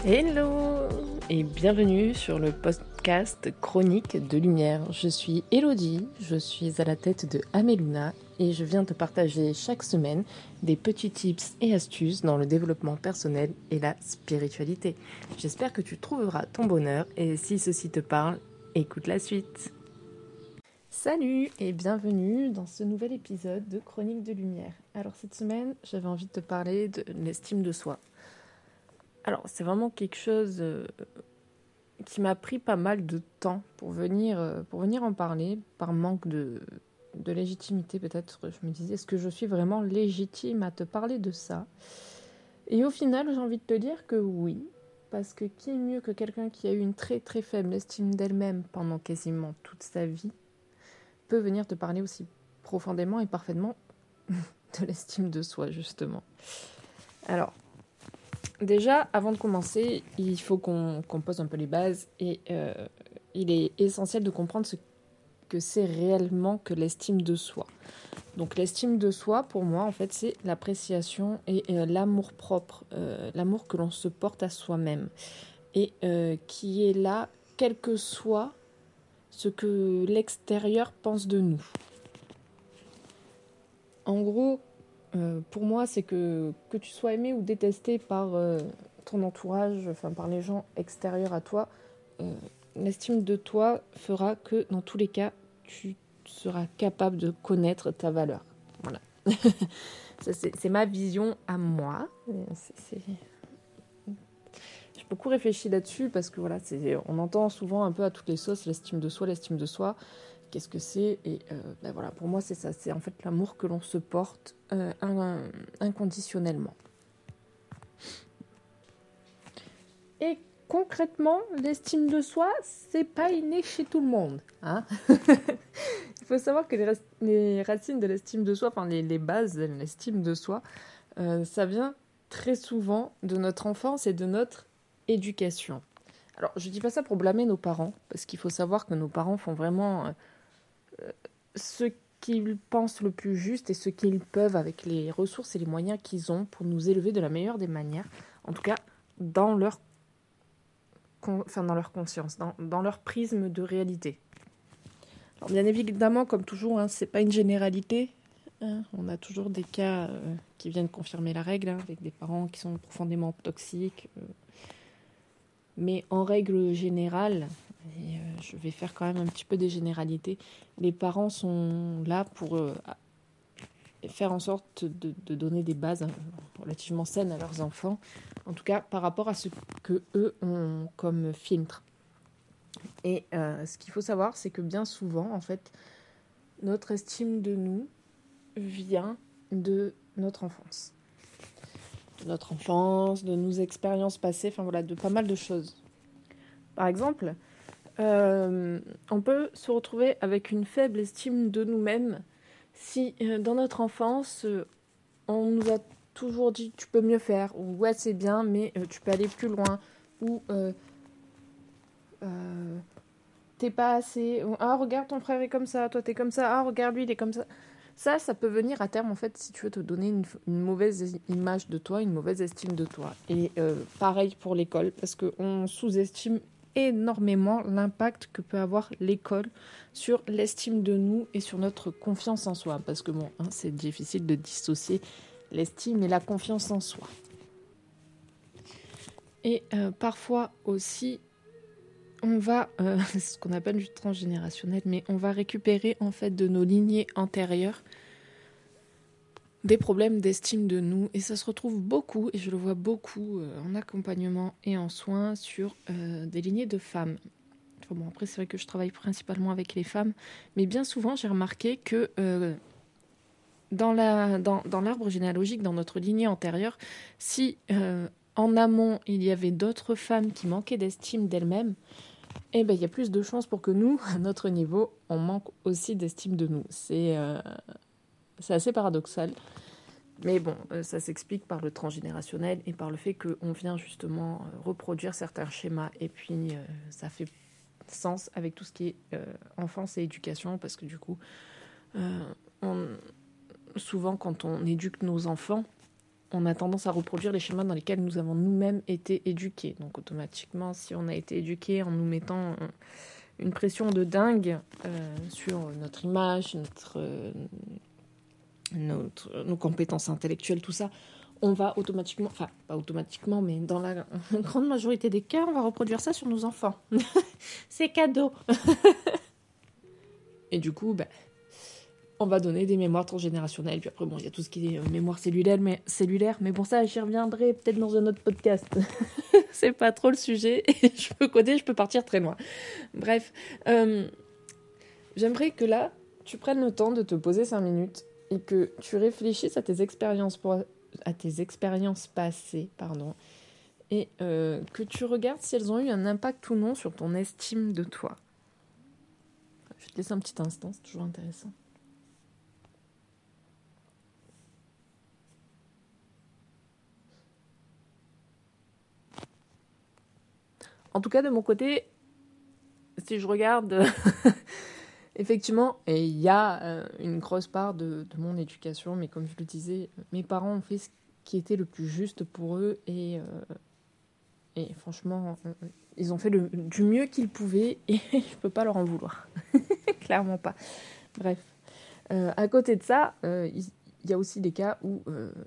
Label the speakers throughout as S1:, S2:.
S1: Hello et bienvenue sur le podcast Chronique de Lumière. Je suis Elodie, je suis à la tête de Ameluna et je viens te partager chaque semaine des petits tips et astuces dans le développement personnel et la spiritualité. J'espère que tu trouveras ton bonheur et si ceci te parle, écoute la suite. Salut et bienvenue dans ce nouvel épisode de Chronique de Lumière. Alors cette semaine, j'avais envie de te parler de l'estime de soi. Alors, c'est vraiment quelque chose qui m'a pris pas mal de temps pour venir en parler, par manque de légitimité peut-être. Je me disais, est-ce que je suis vraiment légitime à te parler de ça ? Et au final, j'ai envie de te dire que oui, parce que qui est mieux que quelqu'un qui a eu une très très faible estime d'elle-même pendant quasiment toute sa vie, peut venir te parler aussi profondément et parfaitement de l'estime de soi, justement. Alors, déjà, avant de commencer, il faut qu'on pose un peu les bases et il est essentiel de comprendre ce que c'est réellement que l'estime de soi. Donc l'estime de soi, pour moi, en fait, c'est l'appréciation et l'amour propre, l'amour que l'on se porte à soi-même et qui est là, quel que soit ce que l'extérieur pense de nous. En gros, pour moi, c'est que tu sois aimé ou détesté par ton entourage, enfin par les gens extérieurs à toi, l'estime de toi fera que dans tous les cas, tu seras capable de connaître ta valeur. Voilà. Ça, c'est ma vision à moi. J'ai beaucoup réfléchi là-dessus parce que voilà, on entend souvent un peu à toutes les sauces l'estime de soi, l'estime de soi. Qu'est-ce que c'est ? Et voilà, pour moi, c'est ça. C'est en fait l'amour que l'on se porte inconditionnellement. Et concrètement, l'estime de soi, c'est pas inné chez tout le monde. Hein. Il faut savoir que les racines de l'estime de soi, enfin les bases de l'estime de soi, ça vient très souvent de notre enfance et de notre éducation. Alors, je dis pas ça pour blâmer nos parents, parce qu'il faut savoir que nos parents font vraiment ce qu'ils pensent le plus juste et ce qu'ils peuvent avec les ressources et les moyens qu'ils ont pour nous élever de la meilleure des manières, en tout cas dans leur conscience, dans leur prisme de réalité. Alors bien évidemment, comme toujours, hein, c'est pas une généralité. Hein, on a toujours des cas qui viennent confirmer la règle, hein, avec des parents qui sont profondément toxiques. Mais en règle générale, et je vais faire quand même un petit peu des généralités, les parents sont là pour faire en sorte de donner des bases relativement saines à leurs enfants, en tout cas par rapport à ce que eux ont comme filtre. Et ce qu'il faut savoir, c'est que bien souvent, en fait, notre estime de nous vient de notre enfance. De notre enfance, de nos expériences passées, enfin voilà, de pas mal de choses. Par exemple, on peut se retrouver avec une faible estime de nous-mêmes si dans notre enfance, on nous a toujours dit tu peux mieux faire, ou ouais c'est bien mais tu peux aller plus loin, ou t'es pas assez, ou, ah regarde ton frère est comme ça, toi t'es comme ça, ah regarde lui il est comme ça. Ça peut venir à terme en fait si tu veux te donner une mauvaise image de toi, une mauvaise estime de toi. Et pareil pour l'école, parce qu'on sous-estime énormément l'impact que peut avoir l'école sur l'estime de nous et sur notre confiance en soi. Parce que bon, hein, c'est difficile de dissocier l'estime et la confiance en soi. Et parfois aussi, on va, c'est ce qu'on appelle du transgénérationnel, mais on va récupérer en fait de nos lignées antérieures des problèmes d'estime de nous. Et ça se retrouve beaucoup, et je le vois beaucoup en accompagnement et en soins sur des lignées de femmes. Enfin bon, après, c'est vrai que je travaille principalement avec les femmes, mais bien souvent, j'ai remarqué que dans l'arbre généalogique, dans notre lignée antérieure, si en amont, il y avait d'autres femmes qui manquaient d'estime d'elles-mêmes, eh ben, il y a plus de chances pour que nous, à notre niveau, on manque aussi d'estime de nous. C'est assez paradoxal. Mais bon, ça s'explique par le transgénérationnel et par le fait qu'on vient justement reproduire certains schémas. Et puis, ça fait sens avec tout ce qui est enfance et éducation, parce que du coup, souvent, quand on éduque nos enfants, on a tendance à reproduire les schémas dans lesquels nous avons nous-mêmes été éduqués. Donc automatiquement, si on a été éduqué en nous mettant une pression de dingue sur notre image, nos compétences intellectuelles, tout ça, on va automatiquement, enfin pas automatiquement, mais dans la grande majorité des cas, on va reproduire ça sur nos enfants. C'est cadeau. Et du coup, on va donner des mémoires transgénérationnelles. Puis après, il y a tout ce qui est mémoire cellulaire, mais bon, ça, j'y reviendrai peut-être dans un autre podcast. C'est pas trop le sujet. Je peux coder, je peux partir très loin. Bref, j'aimerais que là, tu prennes le temps de te poser 5 minutes et que tu réfléchisses à tes expériences passées, et que tu regardes si elles ont eu un impact ou non sur ton estime de toi. Je te laisse un petit instant, c'est toujours intéressant. En tout cas, de mon côté, si je regarde, effectivement, et il y a une grosse part de mon éducation, mais comme je le disais, mes parents ont fait ce qui était le plus juste pour eux, et franchement, ils ont fait du mieux qu'ils pouvaient, et je peux pas leur en vouloir. Clairement pas. Bref. À côté de ça, il y a aussi des cas où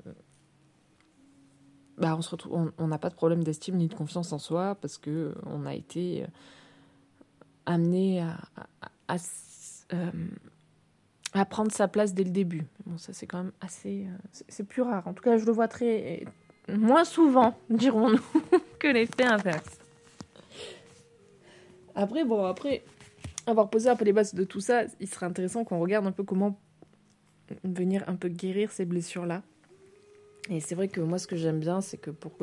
S1: on se retrouve, on n'a pas de problème d'estime ni de confiance en soi parce que on a été amené à prendre sa place dès le début. Bon, ça c'est quand même assez, c'est plus rare. En tout cas, je le vois moins souvent, dirons-nous, que l'effet inverse. Après, avoir posé un peu les bases de tout ça, il serait intéressant qu'on regarde un peu comment venir un peu guérir ces blessures-là. Et c'est vrai que moi, ce que j'aime bien, c'est que pour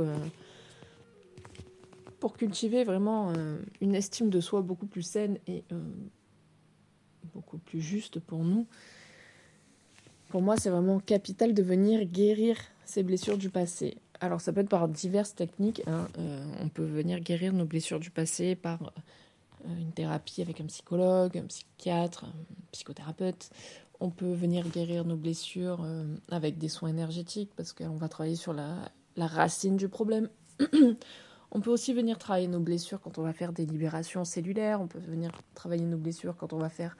S1: cultiver vraiment une estime de soi beaucoup plus saine et beaucoup plus juste pour nous, pour moi, c'est vraiment capital de venir guérir ces blessures du passé. Alors, ça peut être par diverses techniques. On peut venir guérir nos blessures du passé par une thérapie avec un psychologue, un psychiatre, un psychothérapeute. On peut venir guérir nos blessures avec des soins énergétiques parce qu'on va travailler sur la racine du problème. On peut aussi venir travailler nos blessures quand on va faire des libérations cellulaires. On peut venir travailler nos blessures quand on va faire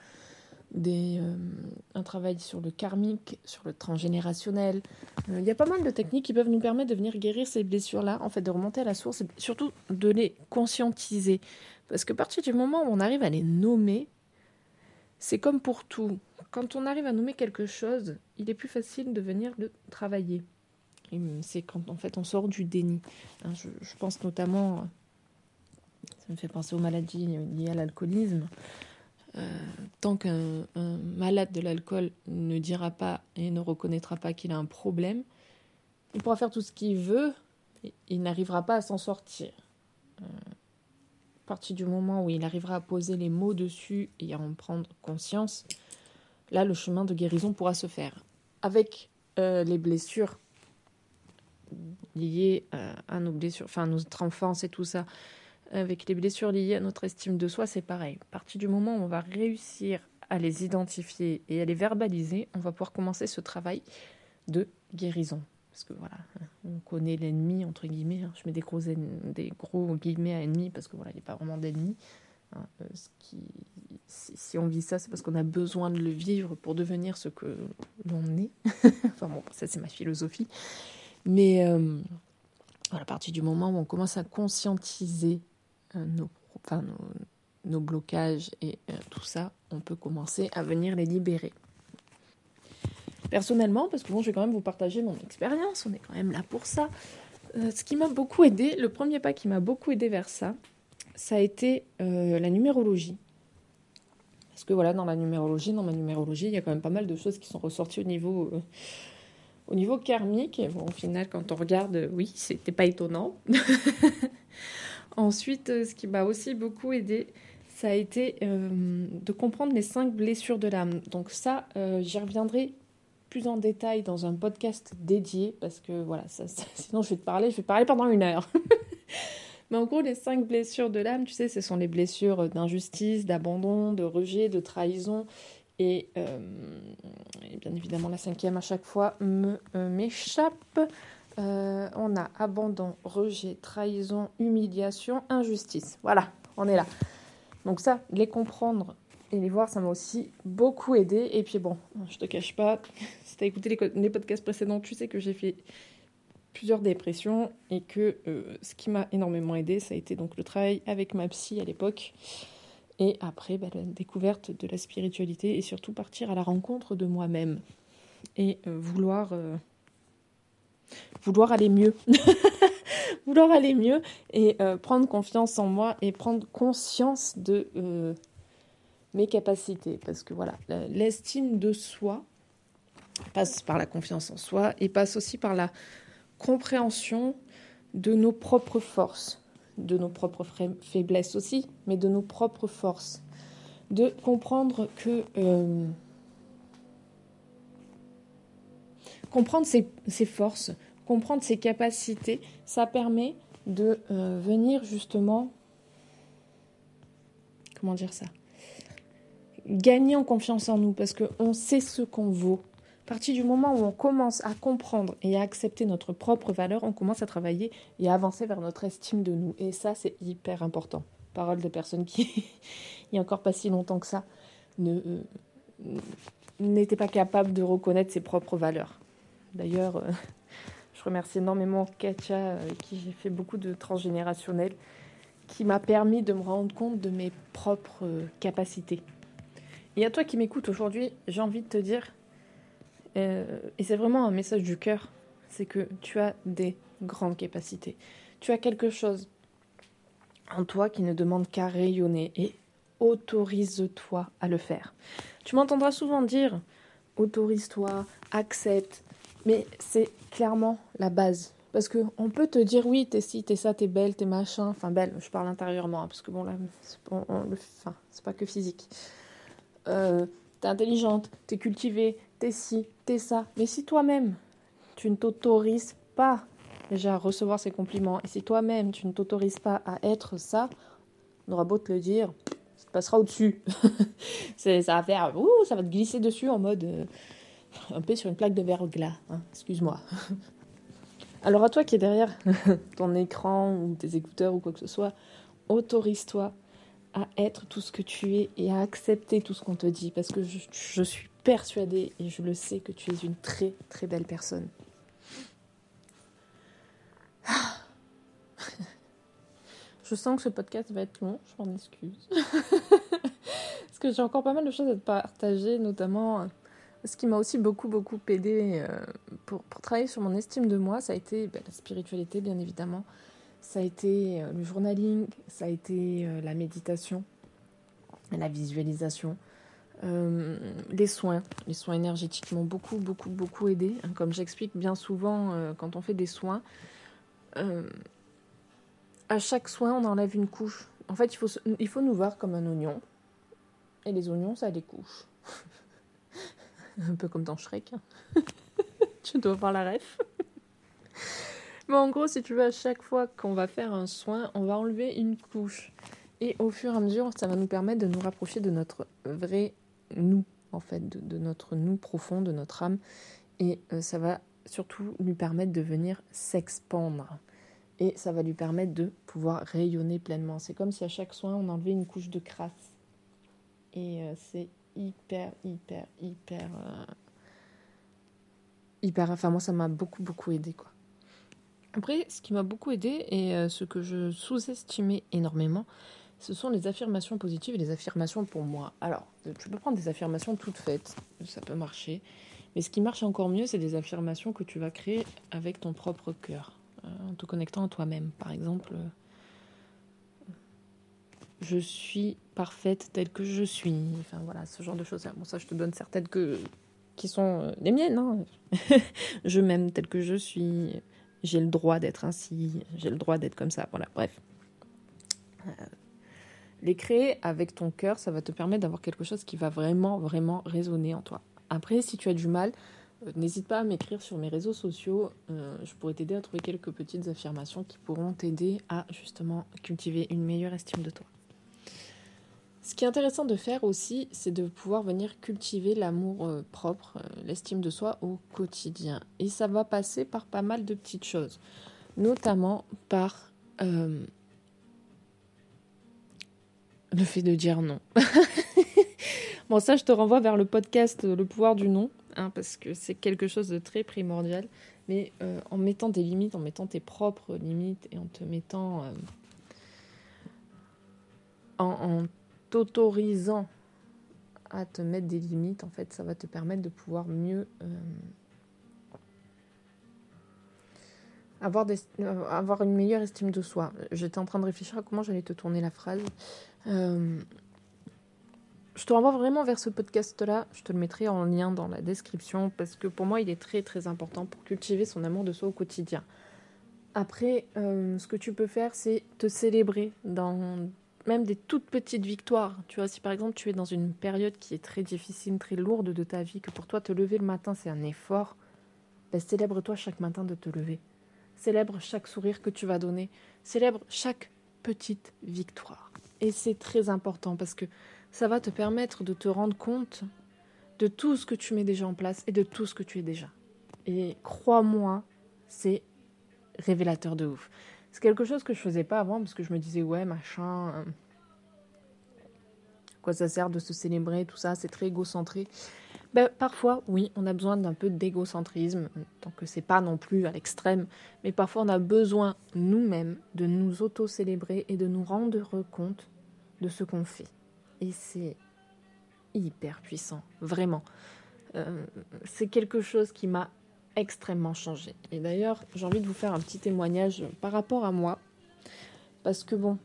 S1: un travail sur le karmique, sur le transgénérationnel. Il y a pas mal de techniques qui peuvent nous permettre de venir guérir ces blessures-là, en fait, de remonter à la source et surtout de les conscientiser. Parce que à partir du moment où on arrive à les nommer, c'est comme pour tout. Quand on arrive à nommer quelque chose, il est plus facile de venir le travailler. Et c'est quand en fait on sort du déni. Je pense notamment, ça me fait penser aux maladies liées à l'alcoolisme. Tant qu'un malade de l'alcool ne dira pas et ne reconnaîtra pas qu'il a un problème, il pourra faire tout ce qu'il veut, il n'arrivera pas à s'en sortir. À partir du moment où il arrivera à poser les mots dessus et à en prendre conscience, là, le chemin de guérison pourra se faire. Avec les blessures liées à nos blessures, enfin notre enfance et tout ça, avec les blessures liées à notre estime de soi, c'est pareil. À partir du moment où on va réussir à les identifier et à les verbaliser, on va pouvoir commencer ce travail de guérison. Parce que voilà, on connaît l'ennemi, entre guillemets. Je mets des gros guillemets à ennemi parce que voilà, il n'y a pas vraiment d'ennemi. Si on vit ça, c'est parce qu'on a besoin de le vivre pour devenir ce que l'on est. Enfin bon, ça c'est ma philosophie. Mais à partir du moment où on commence à conscientiser nos blocages et tout ça, on peut commencer à venir les libérer. Personnellement, parce que je vais quand même vous partager mon expérience, on est quand même là pour ça. Ce qui m'a beaucoup aidé, le premier pas qui m'a beaucoup aidé vers ça, ça a été la numérologie. Parce que voilà, dans ma numérologie, il y a quand même pas mal de choses qui sont ressorties au niveau karmique. Et bon, au final, quand on regarde, oui, c'était pas étonnant. Ensuite, ce qui m'a aussi beaucoup aidé, ça a été de comprendre les 5 blessures de l'âme. Donc ça, j'y reviendrai plus en détail dans un podcast dédié, parce que voilà, sinon je vais parler pendant 1 heure. Mais en gros, les 5 blessures de l'âme, tu sais, ce sont les blessures d'injustice, d'abandon, de rejet, de trahison. Et bien évidemment, la 5e à chaque fois m'échappe. On a abandon, rejet, trahison, humiliation, injustice. Voilà, on est là. Donc ça, les comprendre et les voir, ça m'a aussi beaucoup aidé. Et puis bon, je te cache pas, si tu as écouté les podcasts précédents, tu sais que j'ai fait plusieurs dépressions et que ce qui m'a énormément aidé, ça a été donc le travail avec ma psy à l'époque. Et après, la découverte de la spiritualité et surtout partir à la rencontre de moi-même et vouloir aller mieux. Vouloir aller mieux et prendre confiance en moi et prendre conscience de mes capacités. Parce que voilà, l'estime de soi passe par la confiance en soi et passe aussi par la compréhension de nos propres forces, de nos propres faiblesses aussi, mais de nos propres forces. De comprendre que... comprendre ses forces, comprendre ses capacités, ça permet de venir justement... Comment dire ça ? Gagner en confiance en nous, parce qu'on sait ce qu'on vaut. À partir du moment où on commence à comprendre et à accepter notre propre valeur, on commence à travailler et à avancer vers notre estime de nous. Et ça, c'est hyper important. Parole de personnes qui, il n'y a encore pas si longtemps que ça, n'étaient pas capables de reconnaître ses propres valeurs. D'ailleurs, je remercie énormément Katia, qui j'ai fait beaucoup de transgénérationnel, qui m'a permis de me rendre compte de mes propres capacités. Et à toi qui m'écoutes aujourd'hui, j'ai envie de te dire, et c'est vraiment un message du cœur, c'est que tu as des grandes capacités. Tu as quelque chose en toi qui ne demande qu'à rayonner et autorise-toi à le faire. Tu m'entendras souvent dire, autorise-toi, accepte, mais c'est clairement la base. Parce qu'on peut te dire, oui, t'es ci, t'es ça, t'es belle, t'es machin. Enfin, belle, je parle intérieurement, hein, parce que bon, là, c'est pas que physique. T'es intelligente, t'es cultivée, t'es ci, t'es ça. Mais si toi-même, tu ne t'autorises pas déjà à recevoir ces compliments, et si toi-même, tu ne t'autorises pas à être ça, on aura beau te le dire, ça te passera au-dessus. Ça va faire, ça va te glisser dessus en mode un peu sur une plaque de verglas, hein, excuse-moi. Alors à toi qui es derrière ton écran ou tes écouteurs ou quoi que ce soit, autorise-toi à être tout ce que tu es et à accepter tout ce qu'on te dit, parce que je suis persuadée et je le sais que tu es une très très belle personne. Je sens que ce podcast va être long, je m'en excuse. Parce que j'ai encore pas mal de choses à te partager, notamment ce qui m'a aussi beaucoup aidé pour travailler sur mon estime de moi, ça a été la spiritualité bien évidemment, ça a été le journaling, ça a été la méditation, la visualisation, les soins énergétiques m'ont beaucoup aidé. Comme j'explique bien souvent quand on fait des soins, à chaque soin on enlève une couche. En fait il faut nous voir comme un oignon, et les oignons ça a des couches. Un peu comme dans Shrek. Tu dois voir la ref. Mais en gros, si tu veux, à chaque fois qu'on va faire un soin, on va enlever une couche. Et au fur et à mesure, ça va nous permettre de nous rapprocher de notre vrai nous, en fait, de notre nous profond, de notre âme. Et ça va surtout lui permettre de venir s'expandre. Et ça va lui permettre de pouvoir rayonner pleinement. C'est comme si à chaque soin, on enlevait une couche de crasse. Et c'est hyper... Enfin, moi, ça m'a beaucoup aidé, quoi. Après, ce qui m'a beaucoup aidé et ce que je sous-estimais énormément, ce sont les affirmations positives et les affirmations pour moi. Alors, tu peux prendre des affirmations toutes faites, ça peut marcher, mais ce qui marche encore mieux, c'est des affirmations que tu vas créer avec ton propre cœur, en te connectant à toi-même. Par exemple, je suis parfaite telle que je suis. Enfin voilà, ce genre de choses. Bon, ça, je te donne certaines qui sont les miennes. Hein. Je m'aime telle que je suis. J'ai le droit d'être ainsi. J'ai le droit d'être comme ça. Voilà, bref. Les créer avec ton cœur, ça va te permettre d'avoir quelque chose qui va vraiment résonner en toi. Après, si tu as du mal, n'hésite pas à m'écrire sur mes réseaux sociaux. Je pourrais t'aider à trouver quelques petites affirmations qui pourront t'aider à justement cultiver une meilleure estime de toi. Ce qui est intéressant de faire aussi, c'est de pouvoir venir cultiver l'amour propre, l'estime de soi au quotidien. Et ça va passer par pas mal de petites choses, notamment par le fait de dire non. Bon, ça, je te renvoie vers le podcast Le pouvoir du non, parce que c'est quelque chose de très primordial. Mais en mettant des limites, en mettant tes propres limites et en te mettant... en t'autorisant à te mettre des limites, en fait, ça va te permettre de pouvoir mieux avoir une meilleure estime de soi. J'étais en train de réfléchir à comment j'allais te tourner la phrase. Je te renvoie vraiment vers ce podcast-là. Je te le mettrai en lien dans la description parce que pour moi, il est très très important pour cultiver son amour de soi au quotidien. Après, ce que tu peux faire, c'est te célébrer dans même des toutes petites victoires. Tu vois, si par exemple tu es dans une période qui est très difficile, très lourde de ta vie, que pour toi te lever le matin c'est un effort, ben, célèbre-toi chaque matin de te lever. Célèbre chaque sourire que tu vas donner. Célèbre chaque petite victoire. Et c'est très important parce que ça va te permettre de te rendre compte de tout ce que tu mets déjà en place et de tout ce que tu es déjà. Et crois-moi, c'est révélateur de ouf. C'est quelque chose que je faisais pas avant parce que je me disais ouais machin, à quoi ça sert de se célébrer, tout ça, c'est très égocentré. Ben, parfois, oui, on a besoin d'un peu d'égocentrisme, tant que c'est pas non plus à l'extrême, mais parfois on a besoin nous-mêmes de nous auto-célébrer et de nous rendre compte de ce qu'on fait. Et c'est hyper puissant, vraiment. C'est quelque chose qui m'a extrêmement changé. Et d'ailleurs, j'ai envie de vous faire un petit témoignage par rapport à moi, parce que bon,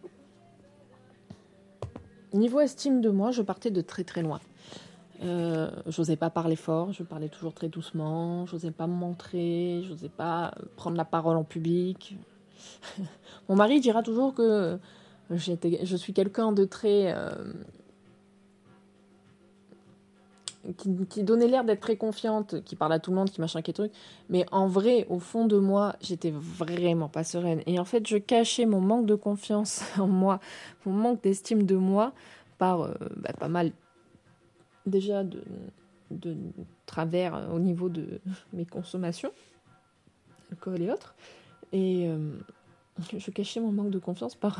S1: niveau estime de moi, je partais de très très loin. J'osais pas parler fort, je parlais toujours très doucement, j'osais pas me montrer, j'osais pas prendre la parole en public. Mon mari dira toujours que je suis quelqu'un de très... qui donnait l'air d'être très confiante, qui parle à tout le monde, qui machin, qui truc. Mais en vrai, au fond de moi, j'étais vraiment pas sereine. Et en fait, je cachais mon manque de confiance en moi, mon manque d'estime de moi par pas mal déjà de travers au niveau de mes consommations, alcool et autres. Et je cachais mon manque de confiance par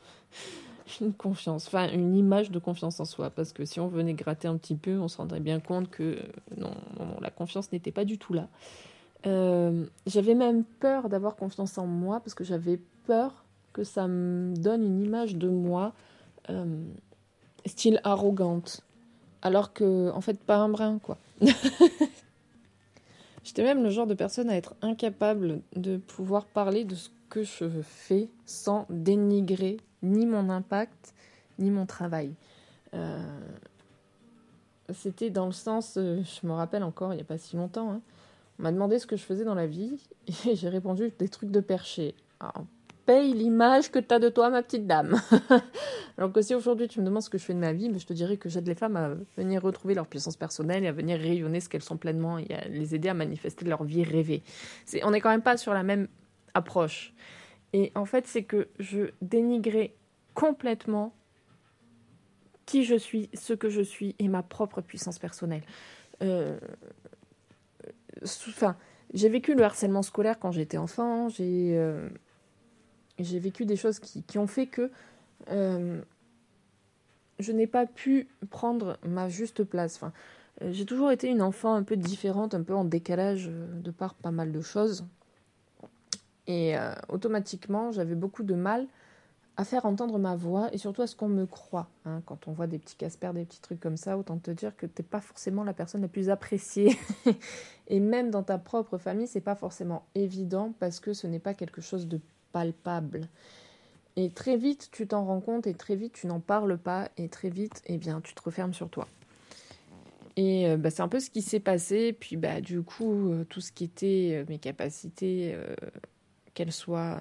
S1: une image de confiance en soi. Parce que si on venait gratter un petit peu, on se rendrait bien compte que non, la confiance n'était pas du tout là. J'avais même peur d'avoir confiance en moi parce que j'avais peur que ça me donne une image de moi style arrogante. Alors que, en fait, pas un brin, quoi. J'étais même le genre de personne à être incapable de pouvoir parler de ce que je fais sans dénigrer ni mon impact, ni mon travail. C'était dans le sens, je me rappelle encore, il n'y a pas si longtemps, hein, on m'a demandé ce que je faisais dans la vie, et j'ai répondu des trucs de perché. Alors, paye l'image que tu as de toi, ma petite dame. Alors que si aujourd'hui tu me demandes ce que je fais de ma vie, je te dirais que j'aide les femmes à venir retrouver leur puissance personnelle et à venir rayonner ce qu'elles sont pleinement et à les aider à manifester leur vie rêvée. On n'est quand même pas sur la même approche. Et en fait, c'est que je dénigrais complètement qui je suis, ce que je suis et ma propre puissance personnelle. J'ai vécu le harcèlement scolaire quand j'étais enfant, j'ai vécu des choses qui ont fait que je n'ai pas pu prendre ma juste place. J'ai toujours été une enfant un peu différente, un peu en décalage de par pas mal de choses. Et automatiquement, j'avais beaucoup de mal à faire entendre ma voix et surtout à ce qu'on me croit. Hein. Quand on voit des petits Casper, des petits trucs comme ça, autant te dire que t'es pas forcément la personne la plus appréciée. Et même dans ta propre famille, c'est pas forcément évident parce que ce n'est pas quelque chose de palpable. Et très vite, tu t'en rends compte et très vite, tu n'en parles pas et très vite, eh bien, tu te refermes sur toi. Et c'est un peu ce qui s'est passé. Puis du coup, tout ce qui était mes capacités, qu'elles soient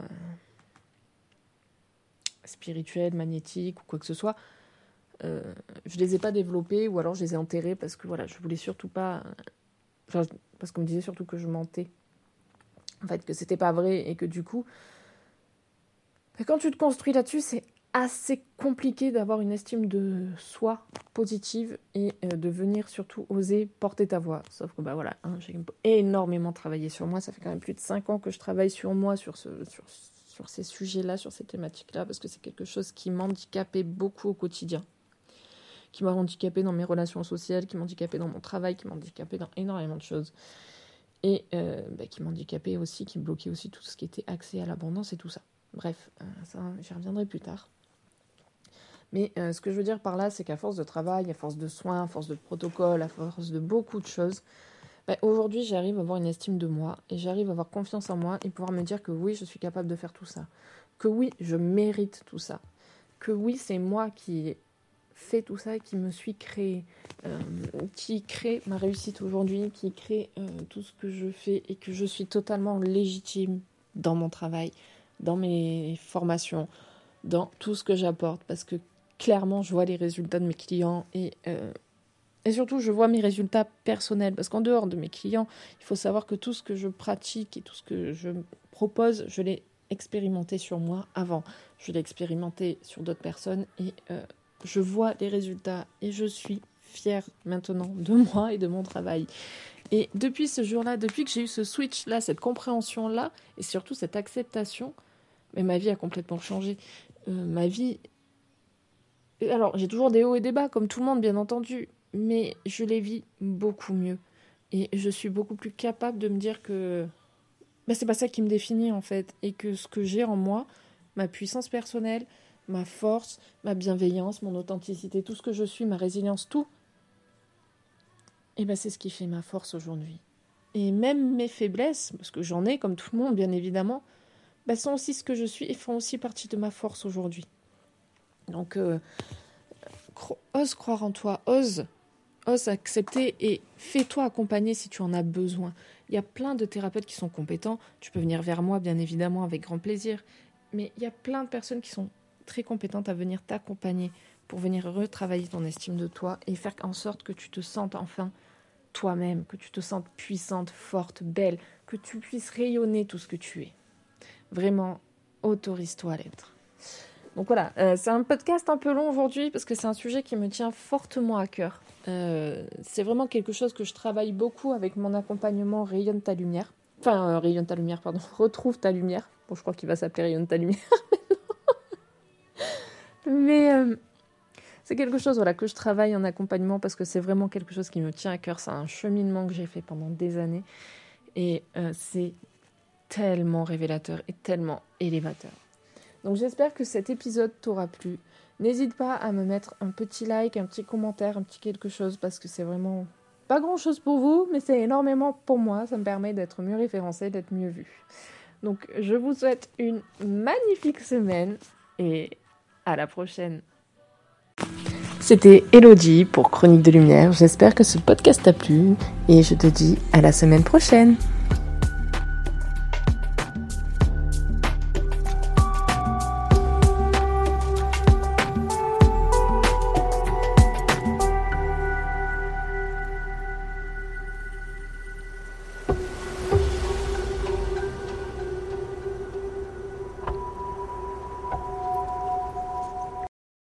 S1: spirituelles, magnétiques ou quoi que ce soit, je les ai pas développées ou alors je les ai enterrées parce que voilà, je voulais surtout pas... parce qu'on me disait surtout que je mentais. En fait, que c'était pas vrai et que du coup... quand tu te construis là-dessus, c'est assez compliqué d'avoir une estime de soi positive et de venir surtout oser porter ta voix. Sauf que voilà, j'ai énormément travaillé sur moi. Ça fait quand même plus de 5 ans que je travaille sur moi, sur ces sujets-là, sur ces thématiques-là, parce que c'est quelque chose qui m'handicapait beaucoup au quotidien, qui m'a handicapée dans mes relations sociales, qui m'handicapait dans mon travail, qui m'handicapait dans énormément de choses. Et qui m'handicapait aussi, qui bloquait aussi tout ce qui était accès à l'abondance et tout ça. Bref, ça, j'y reviendrai plus tard. Mais ce que je veux dire par là, c'est qu'à force de travail, à force de soins, à force de protocoles, à force de beaucoup de choses, aujourd'hui, j'arrive à avoir une estime de moi et j'arrive à avoir confiance en moi et pouvoir me dire que oui, je suis capable de faire tout ça. Que oui, je mérite tout ça. Que oui, c'est moi qui fait tout ça, qui me suis créé, qui crée ma réussite aujourd'hui, qui crée tout ce que je fais et que je suis totalement légitime dans mon travail, dans mes formations, dans tout ce que j'apporte, parce que clairement, je vois les résultats de mes clients et surtout, je vois mes résultats personnels. Parce qu'en dehors de mes clients, il faut savoir que tout ce que je pratique et tout ce que je propose, je l'ai expérimenté sur moi avant. Je l'ai expérimenté sur d'autres personnes et je vois les résultats et je suis fière maintenant de moi et de mon travail. Et depuis ce jour-là, depuis que j'ai eu ce switch-là, cette compréhension-là et surtout cette acceptation, mais ma vie a complètement changé. Ma vie... Alors, j'ai toujours des hauts et des bas, comme tout le monde, bien entendu, mais je les vis beaucoup mieux. Et je suis beaucoup plus capable de me dire que c'est pas ça qui me définit, en fait, et que ce que j'ai en moi, ma puissance personnelle, ma force, ma bienveillance, mon authenticité, tout ce que je suis, ma résilience, tout, c'est ce qui fait ma force aujourd'hui. Et même mes faiblesses, parce que j'en ai, comme tout le monde, bien évidemment, sont aussi ce que je suis et font aussi partie de ma force aujourd'hui. Donc, ose croire en toi, ose accepter et fais-toi accompagner si tu en as besoin. Il y a plein de thérapeutes qui sont compétents. Tu peux venir vers moi, bien évidemment, avec grand plaisir. Mais il y a plein de personnes qui sont très compétentes à venir t'accompagner pour venir retravailler ton estime de toi et faire en sorte que tu te sentes enfin toi-même, que tu te sentes puissante, forte, belle, que tu puisses rayonner tout ce que tu es. Vraiment, autorise-toi à l'être. Donc voilà, c'est un podcast un peu long aujourd'hui parce que c'est un sujet qui me tient fortement à cœur. C'est vraiment quelque chose que je travaille beaucoup avec mon accompagnement Rayonne ta lumière. Enfin, Rayonne ta lumière, pardon. Retrouve ta lumière. Bon, je crois qu'il va s'appeler Rayonne ta lumière. Mais c'est quelque chose que je travaille en accompagnement parce que c'est vraiment quelque chose qui me tient à cœur. C'est un cheminement que j'ai fait pendant des années. Et c'est tellement révélateur et tellement élévateur. Donc j'espère que cet épisode t'aura plu. N'hésite pas à me mettre un petit like, un petit commentaire, un petit quelque chose, parce que c'est vraiment pas grand-chose pour vous, mais c'est énormément pour moi. Ça me permet d'être mieux référencée, d'être mieux vue. Donc je vous souhaite une magnifique semaine et à la prochaine. C'était Elodie pour Chronique de Lumière. J'espère que ce podcast t'a plu et je te dis à la semaine prochaine.